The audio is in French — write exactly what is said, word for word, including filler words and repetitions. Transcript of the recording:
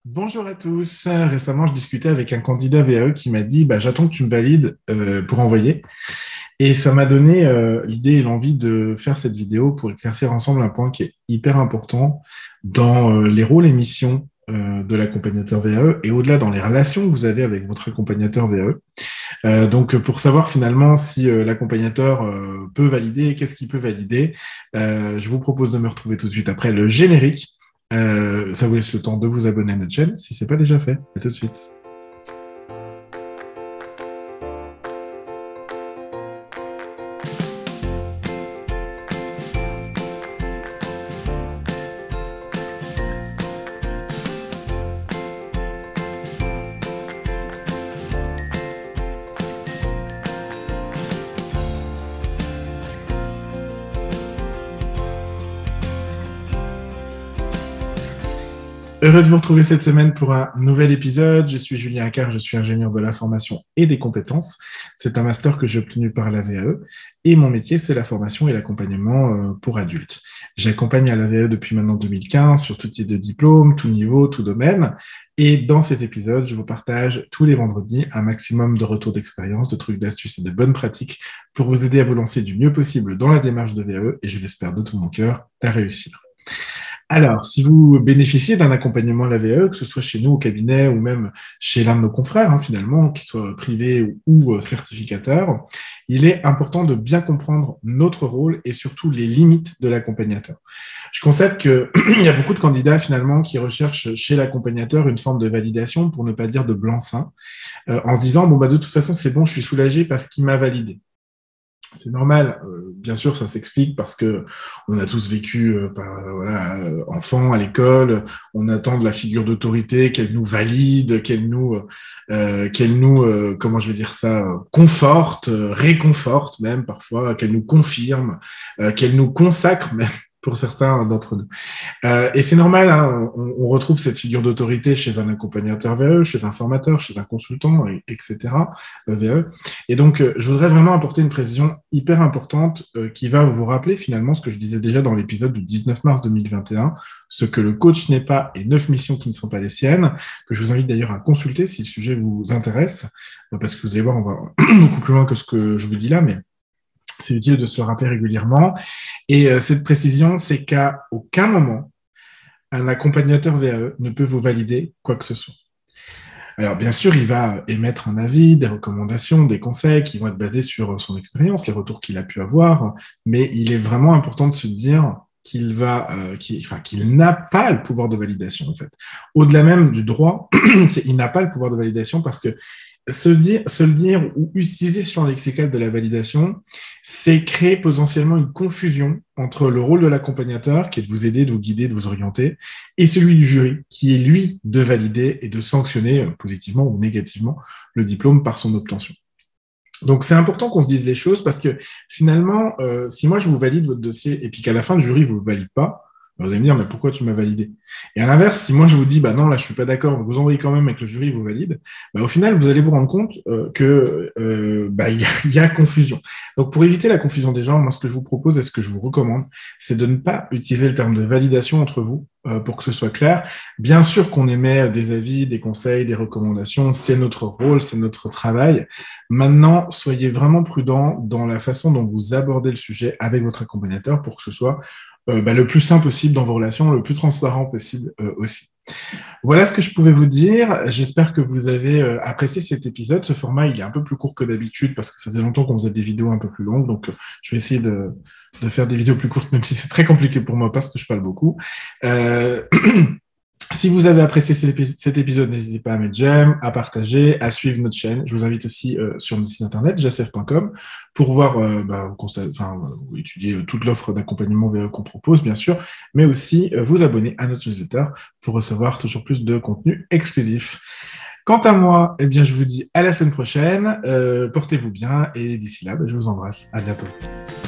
Bonjour à tous. Récemment, je discutais avec un candidat V A E qui m'a dit bah, j'attends que tu me valides euh, pour envoyer. Et ça m'a donné euh, l'idée et l'envie de faire cette vidéo pour éclaircir ensemble un point qui est hyper important dans euh, les rôles et missions euh, de l'accompagnateur V A E et au-delà dans les relations que vous avez avec votre accompagnateur V A E. Euh, donc, pour savoir finalement si euh, l'accompagnateur euh, peut valider, qu'est-ce qu'il peut valider, euh, je vous propose de me retrouver tout de suite après le générique. Euh, ça vous laisse le temps de vous abonner à notre chaîne si ce n'est pas déjà fait. À tout de suite. Heureux de vous retrouver cette semaine pour un nouvel épisode. Je suis Julien Accard, je suis ingénieur de la formation et des compétences. C'est un master que j'ai obtenu par la V A E et mon métier, c'est la formation et l'accompagnement pour adultes. J'accompagne à la V A E depuis maintenant deux mille quinze sur tout type de diplôme, tout niveau, tout domaine. Et dans ces épisodes, je vous partage tous les vendredis un maximum de retours d'expérience, de trucs, d'astuces et de bonnes pratiques pour vous aider à vous lancer du mieux possible dans la démarche de V A E et je l'espère de tout mon cœur, à réussir. Alors, si vous bénéficiez d'un accompagnement à la V A E, que ce soit chez nous au cabinet ou même chez l'un de nos confrères, hein, finalement, qu'il soit privé ou, ou euh, certificateur, il est important de bien comprendre notre rôle et surtout les limites de l'accompagnateur. Je constate qu'il y a beaucoup de candidats finalement qui recherchent chez l'accompagnateur une forme de validation, pour ne pas dire de blanc-seing, euh, en se disant, bon, bah, de toute façon, c'est bon, je suis soulagé parce qu'il m'a validé. C'est normal, euh, bien sûr, ça s'explique parce que on a tous vécu, euh, par, euh, voilà, euh, enfant à l'école, on attend de la figure d'autorité qu'elle nous valide, qu'elle nous, euh, qu'elle nous, euh, comment je vais dire ça, euh, conforte, euh, réconforte même parfois, qu'elle nous confirme, euh, qu'elle nous consacre même pour certains d'entre nous. Euh, et c'est normal, hein, on, on retrouve cette figure d'autorité chez un accompagnateur V A E, chez un formateur, chez un consultant, et, etc. euh, V A E. Et donc, euh, je voudrais vraiment apporter une précision hyper importante euh, qui va vous rappeler finalement ce que je disais déjà dans l'épisode du dix-neuf mars deux mille vingt et un, ce que le coach n'est pas et neuf missions qui ne sont pas les siennes, que je vous invite d'ailleurs à consulter si le sujet vous intéresse, euh, parce que vous allez voir, on va beaucoup plus loin que ce que je vous dis là, mais c'est utile de se le rappeler régulièrement. Et euh, cette précision, c'est qu'à aucun moment, un accompagnateur V A E ne peut vous valider quoi que ce soit. Alors, bien sûr, il va émettre un avis, des recommandations, des conseils qui vont être basés sur son expérience, les retours qu'il a pu avoir, mais il est vraiment important de se dire qu'il va, euh, qu'il, enfin, qu'il n'a pas le pouvoir de validation, en fait. Au-delà même du droit, il n'a pas le pouvoir de validation parce que se dire, se le dire ou utiliser ce champ lexical de la validation, c'est créer potentiellement une confusion entre le rôle de l'accompagnateur, qui est de vous aider, de vous guider, de vous orienter, et celui du jury, qui est lui de valider et de sanctionner positivement ou négativement le diplôme par son obtention. Donc, c'est important qu'on se dise les choses parce que finalement, euh, si moi je vous valide votre dossier et puis qu'à la fin, le jury ne vous le valide pas, vous allez me dire, mais pourquoi tu m'as validé? Et à l'inverse, si moi je vous dis, bah non, là je suis pas d'accord, vous envoyez quand même avec le jury, vous valide, bah au final, vous allez vous rendre compte euh, que euh, bah il y, y a confusion. Donc pour éviter la confusion des gens, moi ce que je vous propose et ce que je vous recommande, c'est de ne pas utiliser le terme de validation entre vous euh, pour que ce soit clair. Bien sûr qu'on émet des avis, des conseils, des recommandations, c'est notre rôle, c'est notre travail. Maintenant, soyez vraiment prudents dans la façon dont vous abordez le sujet avec votre accompagnateur pour que ce soit Euh, bah, le plus sain possible dans vos relations, le plus transparent possible euh, aussi. Voilà ce que je pouvais vous dire. J'espère que vous avez euh, apprécié cet épisode. Ce format, il est un peu plus court que d'habitude parce que ça faisait longtemps qu'on faisait des vidéos un peu plus longues. Donc, euh, je vais essayer de, de faire des vidéos plus courtes, même si c'est très compliqué pour moi parce que je parle beaucoup. Euh... Si vous avez apprécié cet épisode, n'hésitez pas à mettre j'aime, à partager, à suivre notre chaîne. Je vous invite aussi euh, sur notre site internet, jacef point com, pour voir, euh, bah, enfin, étudier toute l'offre d'accompagnement V A E qu'on propose, bien sûr, mais aussi euh, vous abonner à notre newsletter pour recevoir toujours plus de contenu exclusif. Quant à moi, eh bien, je vous dis à la semaine prochaine. Euh, portez-vous bien et d'ici là, bah, je vous embrasse. À bientôt.